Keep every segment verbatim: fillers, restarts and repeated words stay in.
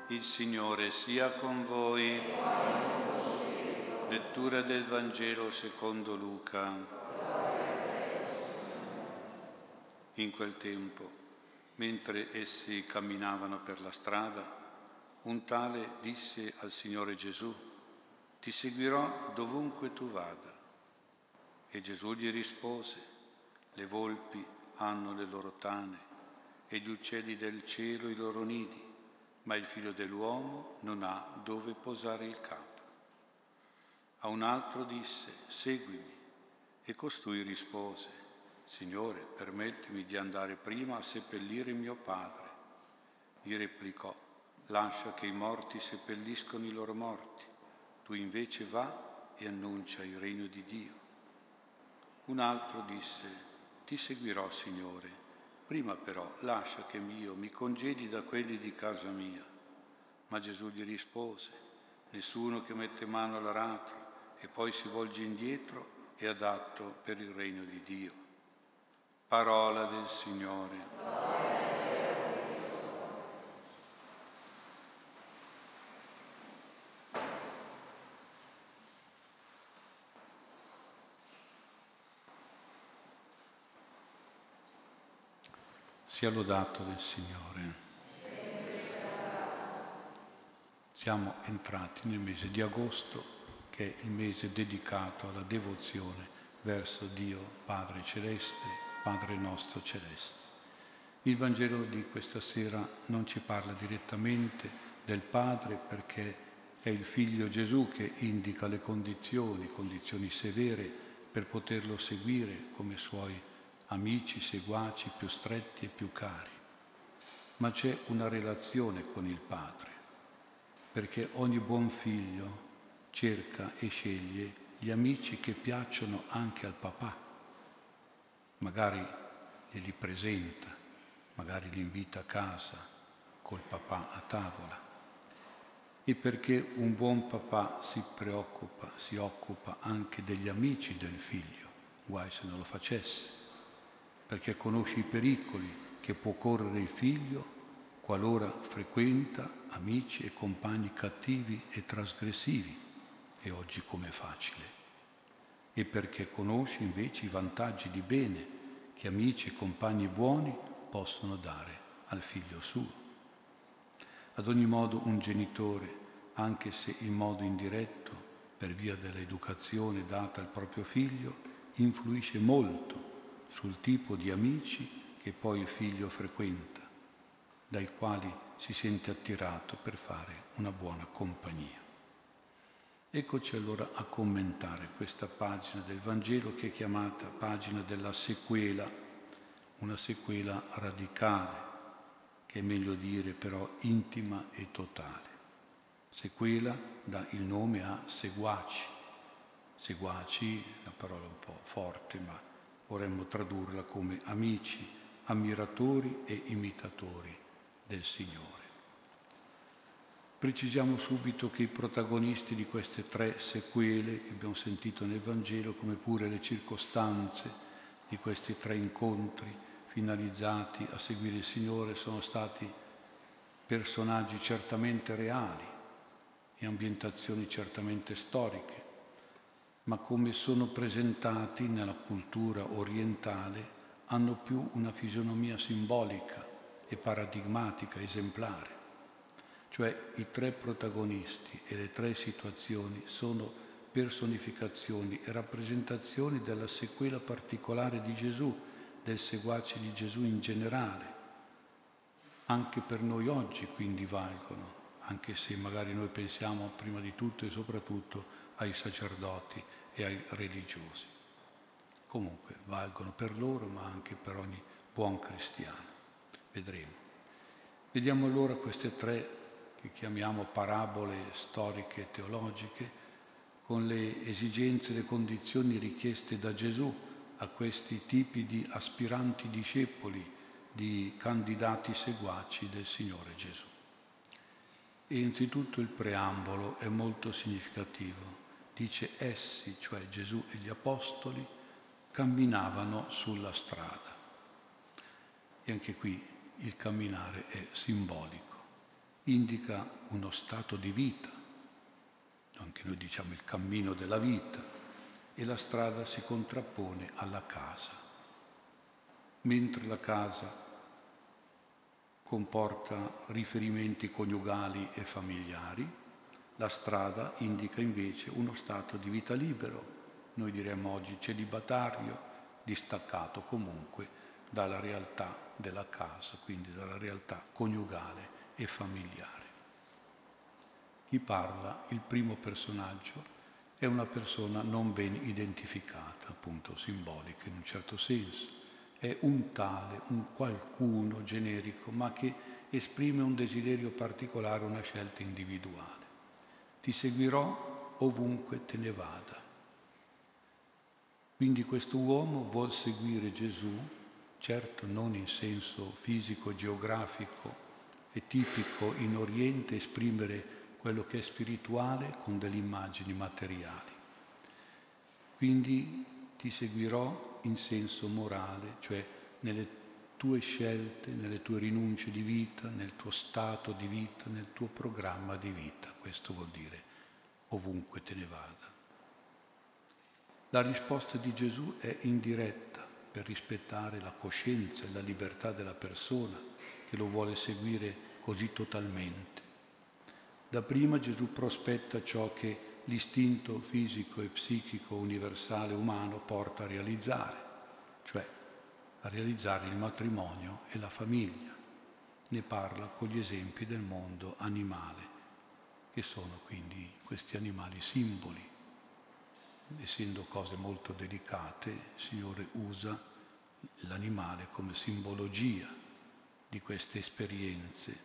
Il Signore sia con voi. Lettura del Vangelo secondo Luca. In quel tempo, mentre essi camminavano per la strada, un tale disse al Signore Gesù: «Ti seguirò dovunque tu vada». E Gesù gli rispose: «Le volpi hanno le loro tane e gli uccelli del cielo i loro nidi, ma il Figlio dell'uomo non ha dove posare il capo». A un altro disse: «Seguimi». E costui rispose: «Signore, permettimi di andare prima a seppellire mio padre». Gli replicò: «Lascia che i morti seppelliscono i loro morti, tu invece va e annuncia il regno di Dio». Un altro disse: «Ti seguirò, Signore, prima però lascia che io mi congedi da quelli di casa mia». Ma Gesù gli rispose: «Nessuno che mette mano all'aratro e poi si volge indietro è adatto per il regno di Dio». Parola del Signore. Sia lodato del Signore. Siamo entrati nel mese di agosto, che è il mese dedicato alla devozione verso Dio Padre Celeste, Padre nostro Celeste. Il Vangelo di questa sera non ci parla direttamente del Padre, perché è il Figlio Gesù che indica le condizioni, condizioni severe, per poterlo seguire come suoi amici, seguaci più stretti e più cari. Ma c'è una relazione con il Padre, perché ogni buon figlio cerca e sceglie gli amici che piacciono anche al papà. Magari glieli presenta, magari li invita a casa col papà a tavola. E perché un buon papà si preoccupa, si occupa anche degli amici del figlio, guai se non lo facesse, perché conosce i pericoli che può correre il figlio qualora frequenta amici e compagni cattivi e trasgressivi, e oggi com'è facile, e perché conosce invece i vantaggi di bene che amici e compagni buoni possono dare al figlio suo. Ad ogni modo un genitore, anche se in modo indiretto, per via dell'educazione data al proprio figlio, influisce molto sul tipo di amici che poi il figlio frequenta, dai quali si sente attirato per fare una buona compagnia. Eccoci allora a commentare questa pagina del Vangelo che è chiamata pagina della sequela, una sequela radicale, che è meglio dire però intima e totale. Sequela dà il nome a seguaci. Seguaci, una parola un po' forte, ma vorremmo tradurla come amici, ammiratori e imitatori del Signore. Precisiamo subito che i protagonisti di queste tre sequele che abbiamo sentito nel Vangelo, come pure le circostanze di questi tre incontri finalizzati a seguire il Signore, sono stati personaggi certamente reali e ambientazioni certamente storiche, ma come sono presentati nella cultura orientale hanno più una fisionomia simbolica e paradigmatica, esemplare. Cioè i tre protagonisti e le tre situazioni sono personificazioni e rappresentazioni della sequela particolare di Gesù, del seguace di Gesù in generale. Anche per noi oggi quindi valgono, anche se magari noi pensiamo prima di tutto e soprattutto ai sacerdoti e ai religiosi. Comunque valgono per loro, ma anche per ogni buon cristiano. Vedremo. Vediamo allora queste tre che chiamiamo parabole storiche e teologiche, con le esigenze e le condizioni richieste da Gesù a questi tipi di aspiranti discepoli, di candidati seguaci del Signore Gesù. E innanzitutto il preambolo è molto significativo. Dice: essi, cioè Gesù e gli Apostoli, camminavano sulla strada. E anche qui il camminare è simbolico. indica uno stato di vita, anche noi diciamo il cammino della vita, e la strada si contrappone alla casa. Mentre la casa comporta riferimenti coniugali e familiari, la strada indica invece uno stato di vita libero, noi diremmo oggi celibatario, distaccato comunque dalla realtà della casa, quindi dalla realtà coniugale e familiare. Chi parla, il primo personaggio, è una persona non ben identificata, appunto simbolica in un certo senso. È un tale, un qualcuno generico, ma che esprime un desiderio particolare, una scelta individuale. Ti seguirò ovunque te ne vada. Quindi questo uomo vuol seguire Gesù, certo non in senso fisico, geografico e tipico in Oriente, esprimere quello che è spirituale con delle immagini materiali. Quindi ti seguirò in senso morale, cioè nelle tue scelte, nelle tue rinunce di vita, nel tuo stato di vita, nel tuo programma di vita. Questo vuol dire ovunque te ne vada. La risposta di Gesù è indiretta per rispettare la coscienza e la libertà della persona che lo vuole seguire così totalmente. Dapprima Gesù prospetta ciò che l'istinto fisico e psichico universale umano porta a realizzare, cioè a realizzare il matrimonio e la famiglia. Ne parla con gli esempi del mondo animale, che sono quindi questi animali simboli. Essendo cose molto delicate, il Signore usa l'animale come simbologia di queste esperienze.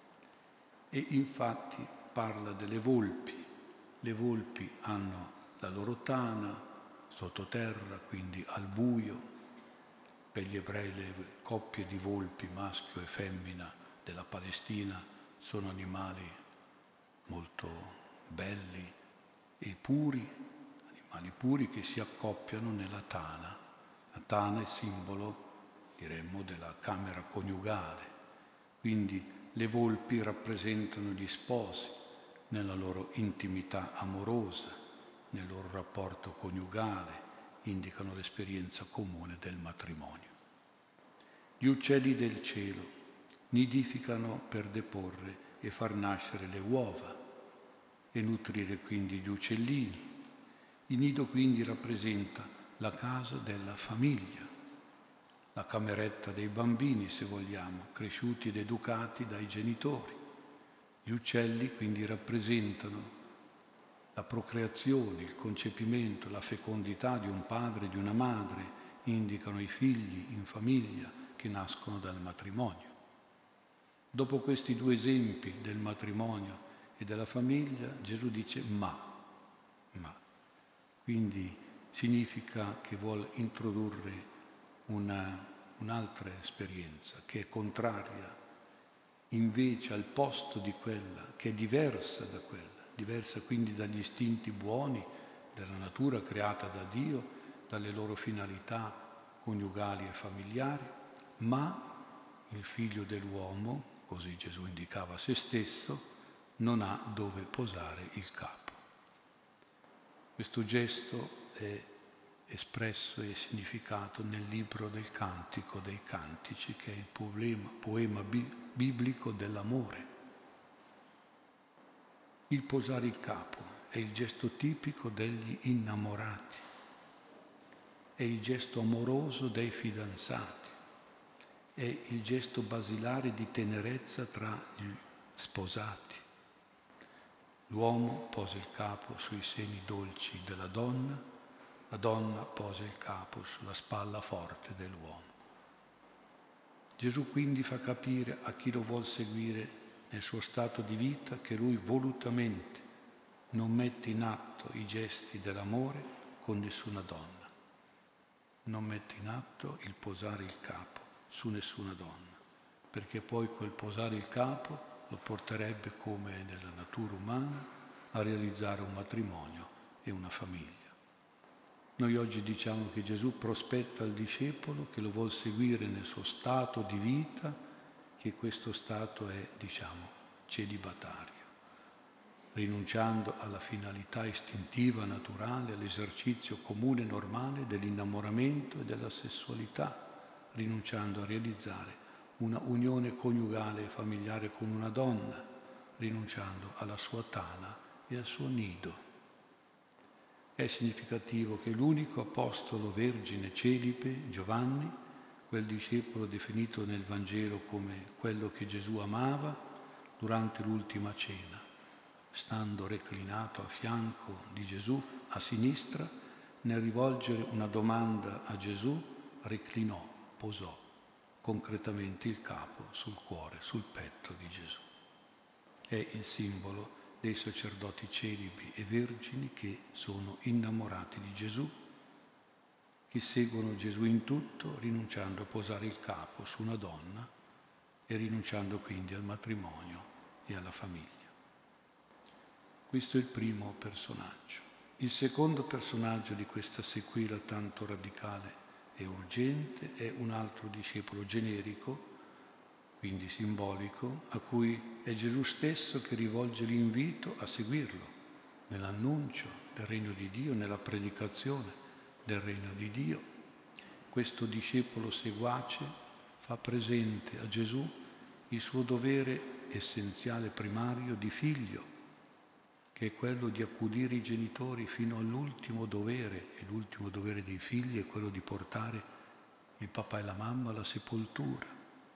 E infatti parla delle volpi. Le volpi hanno la loro tana sottoterra, quindi al buio. Per gli ebrei le coppie di volpi, maschio e femmina della Palestina, sono animali molto belli e puri, animali puri che si accoppiano nella tana. La tana è simbolo, diremmo, della camera coniugale. Quindi le volpi rappresentano gli sposi nella loro intimità amorosa, nel loro rapporto coniugale, indicano l'esperienza comune del matrimonio. Gli uccelli del cielo nidificano per deporre e far nascere le uova e nutrire quindi gli uccellini. Il nido quindi rappresenta la casa della famiglia, la cameretta dei bambini, se vogliamo, cresciuti ed educati dai genitori. Gli uccelli quindi rappresentano la procreazione, il concepimento, la fecondità di un padre e di una madre, indicano i figli in famiglia che nascono dal matrimonio. Dopo questi due esempi del matrimonio e della famiglia, Gesù dice ma, ma. Quindi significa che vuole introdurre una, un'altra esperienza che è contraria invece al posto di quella, che è diversa da quella, diversa quindi dagli istinti buoni della natura creata da Dio, dalle loro finalità coniugali e familiari, ma il figlio dell'uomo, così Gesù indicava se stesso, non ha dove posare il capo. Questo gesto è espresso e significato nel libro del Cantico dei Cantici, che è il poema, poema bi- biblico dell'amore. Il posare il capo è il gesto tipico degli innamorati, è il gesto amoroso dei fidanzati, è il gesto basilare di tenerezza tra gli sposati. L'uomo posa il capo sui seni dolci della donna, la donna posa il capo sulla spalla forte dell'uomo. Gesù quindi fa capire a chi lo vuol seguire nel suo stato di vita che lui volutamente non mette in atto i gesti dell'amore con nessuna donna, non mette in atto il posare il capo su nessuna donna, perché poi quel posare il capo lo porterebbe, come nella natura umana, a realizzare un matrimonio e una famiglia. Noi oggi diciamo che Gesù prospetta al discepolo che lo vuol seguire nel suo stato di vita, che questo stato è, diciamo, celibatario, rinunciando alla finalità istintiva, naturale, all'esercizio comune e normale dell'innamoramento e della sessualità, rinunciando a realizzare una unione coniugale e familiare con una donna, rinunciando alla sua tana e al suo nido. È significativo che l'unico apostolo vergine celibe, Giovanni, quel discepolo definito nel Vangelo come quello che Gesù amava, durante l'ultima cena, stando reclinato a fianco di Gesù, a sinistra, nel rivolgere una domanda a Gesù, reclinò, posò concretamente il capo sul cuore, sul petto di Gesù. È il simbolo dei sacerdoti celibi e vergini che sono innamorati di Gesù, che seguono Gesù in tutto, rinunciando a posare il capo su una donna e rinunciando quindi al matrimonio e alla famiglia. Questo è il primo personaggio. Il secondo personaggio di questa sequela tanto radicale e urgente è un altro discepolo generico, quindi simbolico, a cui è Gesù stesso che rivolge l'invito a seguirlo nell'annuncio del regno di Dio, nella predicazione del regno di Dio. Questo discepolo seguace fa presente a Gesù il suo dovere essenziale primario di figlio, che è quello di accudire i genitori fino all'ultimo dovere, e l'ultimo dovere dei figli è quello di portare il papà e la mamma alla sepoltura.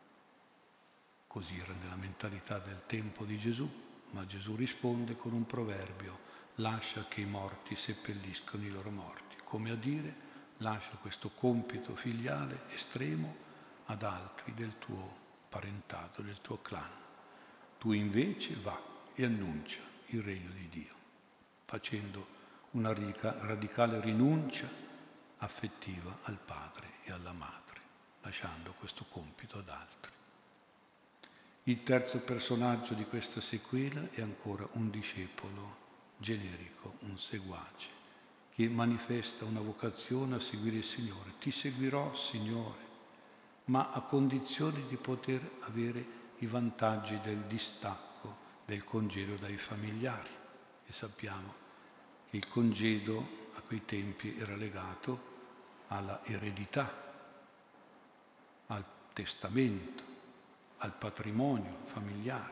Così era nella mentalità del tempo di Gesù, ma Gesù risponde con un proverbio: lascia che i morti seppelliscono i loro morti, come a dire, lascia questo compito filiale estremo ad altri del tuo parentato, del tuo clan. Tu invece va e annuncia il regno di Dio, facendo una radicale rinuncia affettiva al padre e alla madre, lasciando questo compito ad altri. Il terzo personaggio di questa sequela è ancora un discepolo generico, un seguace, che manifesta una vocazione a seguire il Signore. Ti seguirò, Signore, ma a condizione di poter avere i vantaggi del distacco, del congedo dai familiari. E sappiamo che il congedo a quei tempi era legato alla eredità, al testamento, al patrimonio familiare.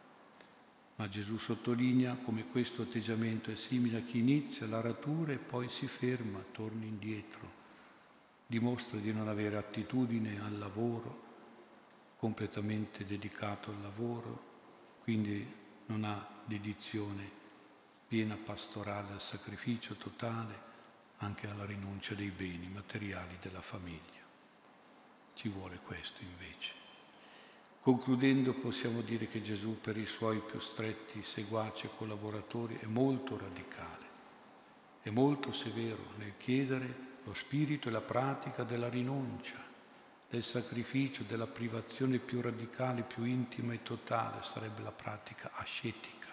Ma Gesù sottolinea come questo atteggiamento è simile a chi inizia l'aratura e poi si ferma, torna indietro, dimostra di non avere attitudine al lavoro, completamente dedicato al lavoro, quindi non ha dedizione piena pastorale al sacrificio totale, anche alla rinuncia dei beni materiali della famiglia. Ci vuole questo invece. Concludendo, possiamo dire che Gesù per i suoi più stretti seguaci e collaboratori è molto radicale, è molto severo nel chiedere lo spirito e la pratica della rinuncia, del sacrificio, della privazione più radicale, più intima e totale, sarebbe la pratica ascetica.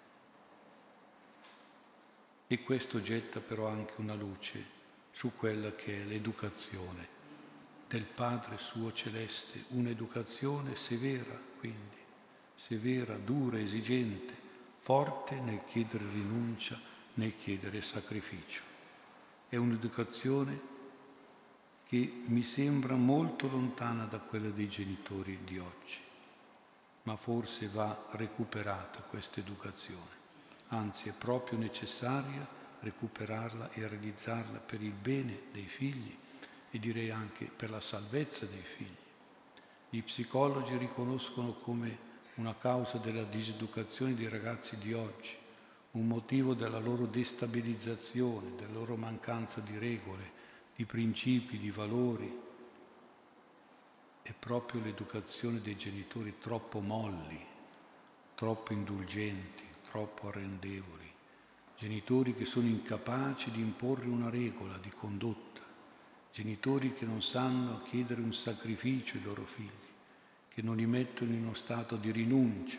E questo getta però anche una luce su quella che è l'educazione del Padre suo celeste, un'educazione severa, quindi, severa, dura, esigente, forte nel chiedere rinuncia, nel chiedere sacrificio. È un'educazione che mi sembra molto lontana da quella dei genitori di oggi, ma forse va recuperata questa educazione, anzi è proprio necessaria recuperarla e realizzarla per il bene dei figli, e direi anche per la salvezza dei figli. Gli psicologi riconoscono come una causa della diseducazione dei ragazzi di oggi, un motivo della loro destabilizzazione, della loro mancanza di regole, di principi, di valori, è proprio l'educazione dei genitori troppo molli, troppo indulgenti, troppo arrendevoli, genitori che sono incapaci di imporre una regola di condotta, genitori che non sanno chiedere un sacrificio ai loro figli, che non li mettono in uno stato di rinuncia,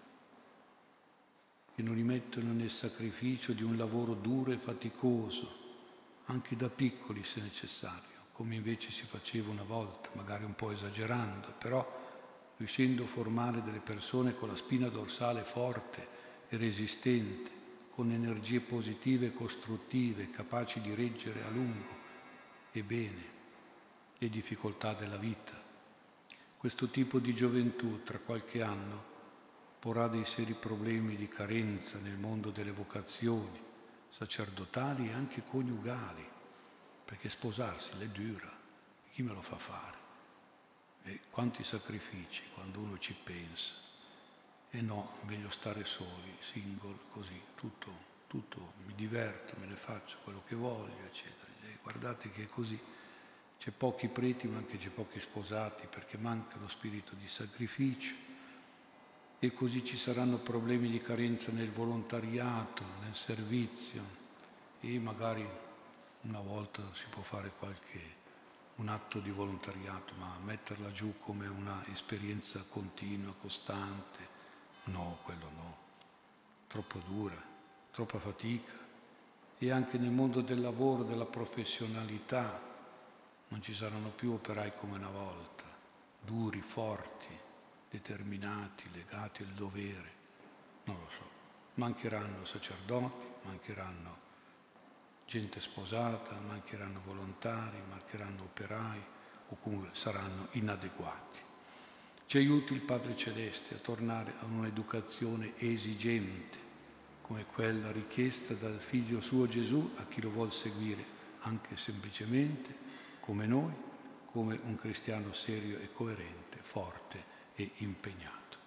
che non li mettono nel sacrificio di un lavoro duro e faticoso, anche da piccoli se necessario, come invece si faceva una volta, magari un po' esagerando, però riuscendo a formare delle persone con la spina dorsale forte e resistente, con energie positive e costruttive, capaci di reggere a lungo e bene le difficoltà della vita. Questo tipo di gioventù tra qualche anno porrà dei seri problemi di carenza nel mondo delle vocazioni sacerdotali e anche coniugali, perché sposarsi è dura, chi me lo fa fare? E quanti sacrifici quando uno ci pensa. E no, meglio stare soli, single, così, tutto, tutto, mi diverto, me ne faccio quello che voglio, eccetera. E guardate che è così. C'è pochi preti, ma anche c'è pochi sposati, perché manca lo spirito di sacrificio. E così ci saranno problemi di carenza nel volontariato, nel servizio, e magari una volta si può fare qualche un atto di volontariato, ma metterla giù come una esperienza continua, costante, no, quello no, troppo dura, troppa fatica. E anche nel mondo del lavoro, della professionalità, non ci saranno più operai come una volta, duri, forti, determinati, legati al dovere, non lo so. Mancheranno sacerdoti, mancheranno gente sposata, mancheranno volontari, mancheranno operai o comunque saranno inadeguati. Ci aiuti il Padre Celeste a tornare a un'educazione esigente, come quella richiesta dal Figlio suo Gesù a chi lo vuol seguire, anche semplicemente, come noi, come un cristiano serio e coerente, forte e impegnato.